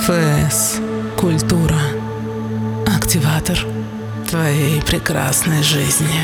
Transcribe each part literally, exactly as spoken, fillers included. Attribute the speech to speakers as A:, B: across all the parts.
A: ФС. Культура. Активатор твоей прекрасной жизни.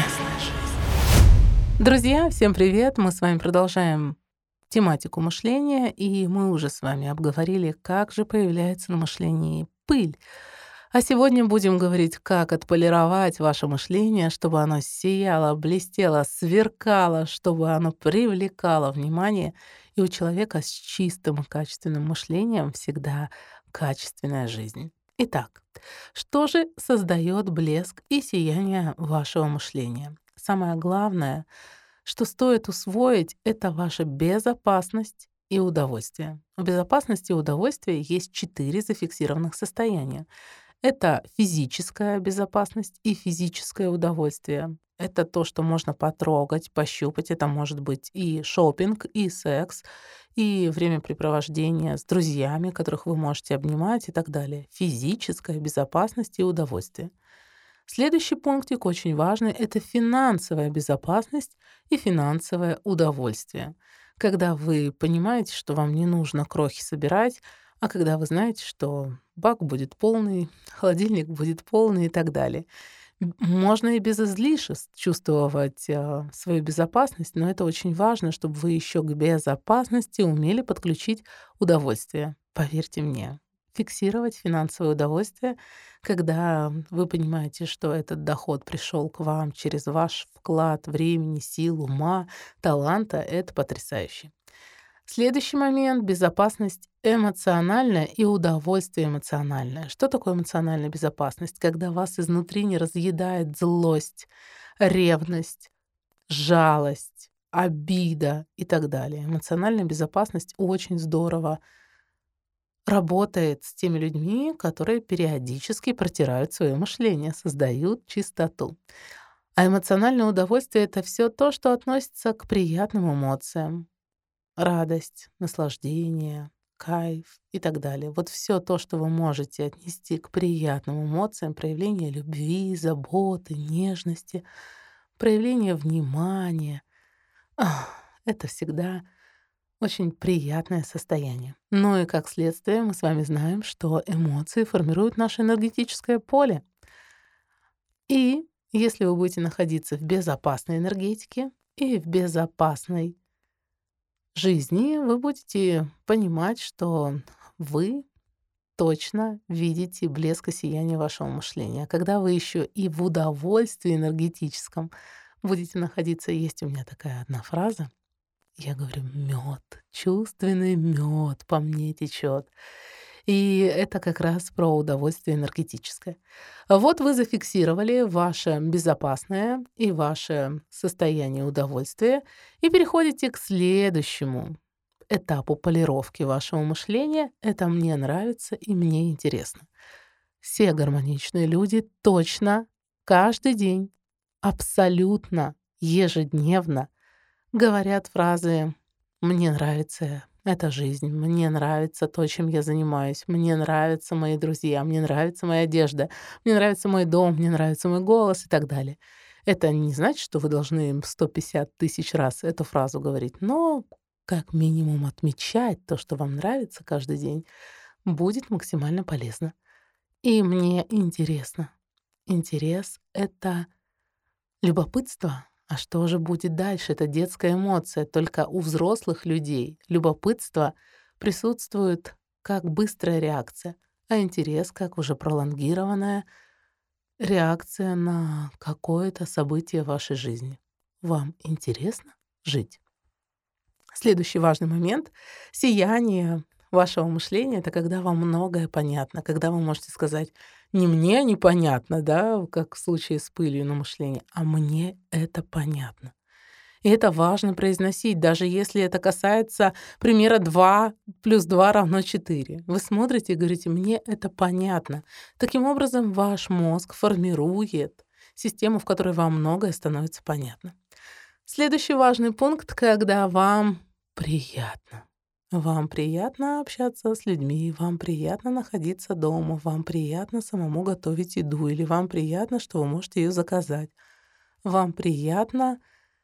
B: Друзья, всем привет! Мы с вами продолжаем тематику мышления, и мы уже с вами обговорили, как же появляется на мышлении пыль. А сегодня будем говорить, как отполировать ваше мышление, чтобы оно сияло, блестело, сверкало, чтобы оно привлекало внимание. И у человека с чистым и качественным мышлением всегда качественная жизнь. Итак, что же создает блеск и сияние вашего мышления? Самое главное, что стоит усвоить, это ваша безопасность и удовольствие. У безопасности и удовольствия есть четыре зафиксированных состояния. Это физическая безопасность и физическое удовольствие. Это то, что можно потрогать, пощупать. Это может быть и шопинг, и секс, и времяпрепровождение с друзьями, которых вы можете обнимать и так далее. Физическая безопасность и удовольствие. Следующий пунктик очень важный — это финансовая безопасность и финансовое удовольствие. Когда вы понимаете, что вам не нужно крохи собирать, а когда вы знаете, что бак будет полный, холодильник будет полный и так далее. М, Можно и без излишеств чувствовать а, свою безопасность, но это очень важно, чтобы вы еще к безопасности умели подключить удовольствие. Поверьте мне, фиксировать финансовое удовольствие, когда вы понимаете, что этот доход пришел к вам через ваш вклад времени, сил, ума, таланта, это потрясающе. Следующий момент — безопасность эмоциональная и удовольствие эмоциональное. Что такое эмоциональная безопасность? Когда вас изнутри не разъедает злость, ревность, жалость, обида и так далее. Эмоциональная безопасность очень здорово работает с теми людьми, которые периодически протирают свое мышление, создают чистоту. А эмоциональное удовольствие — это все то, что относится к приятным эмоциям. Радость, наслаждение, кайф и так далее. Вот все то, что вы можете отнести к приятным эмоциям, проявление любви, заботы, нежности, проявление внимания. Ах, это всегда очень приятное состояние. Ну и как следствие мы с вами знаем, что эмоции формируют наше энергетическое поле. И если вы будете находиться в безопасной энергетике и в безопасной жизни, вы будете понимать, что вы точно видите блеск и сияние вашего мышления. А когда вы еще и в удовольствии энергетическом будете находиться, есть у меня такая одна фраза, я говорю: мед, чувственный мед по мне течет. И это как раз про удовольствие энергетическое. А Вот вы зафиксировали ваше безопасное и ваше состояние удовольствия и переходите к следующему этапу полировки вашего мышления. Это «мне нравится» и «мне интересно». Все гармоничные люди точно каждый день, абсолютно ежедневно говорят фразы «мне нравится эта жизнь», «мне нравится то, чем я занимаюсь», «мне нравятся мои друзья», «мне нравится моя одежда», «мне нравится мой дом», «мне нравится мой голос» и так далее. Это не значит, что вы должны им сто пятьдесят тысяч раз эту фразу говорить, но как минимум отмечать то, что вам нравится каждый день, будет максимально полезно. И мне интересно. Интерес — это любопытство. А что же будет дальше? Это детская эмоция. Только у взрослых людей любопытство присутствует как быстрая реакция, а интерес как уже пролонгированная реакция на какое-то событие в вашей жизни. Вам интересно жить? Следующий важный момент — сияние вашего мышления — это когда вам многое понятно, когда вы можете сказать: «Не мне непонятно», да, как в случае с пылью на мышление, а «мне это понятно». И это важно произносить, даже если это касается примера два плюс два равно четыре. Вы смотрите и говорите: «Мне это понятно». Таким образом, ваш мозг формирует систему, в которой вам многое становится понятно. Следующий важный пункт, когда вам приятно. Вам приятно общаться с людьми, вам приятно находиться дома, вам приятно самому готовить еду, или вам приятно, что вы можете ее заказать. Вам приятно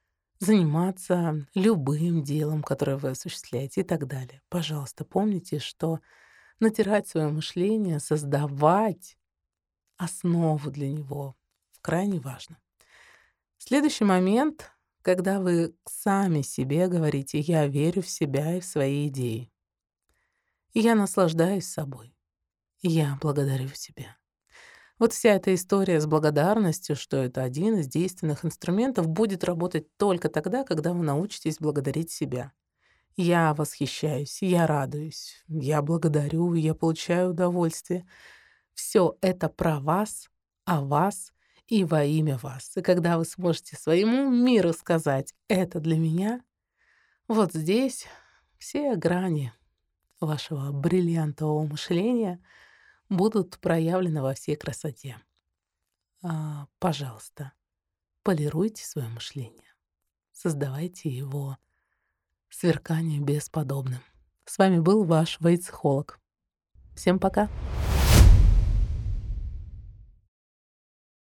B: заниматься любым делом, которое вы осуществляете и так далее. Пожалуйста, помните, что натирать свое мышление, создавать основу для него. Крайне важно. Следующий момент, когда вы сами себе говорите: «Я верю в себя и в свои идеи. Я наслаждаюсь собой. Я благодарю себя». Вот вся эта история с благодарностью, что это один из действенных инструментов, будет работать только тогда, когда вы научитесь благодарить себя. Я восхищаюсь, я радуюсь, я благодарю, я получаю удовольствие. Все это про вас, о вас и во имя вас. И когда вы сможете своему миру сказать: «Это для меня», вот здесь все грани вашего бриллиантового мышления будут проявлены во всей красоте. А, пожалуйста, полируйте свое мышление, создавайте его сверкание бесподобным. С вами был ваш вейцехолог. Всем пока!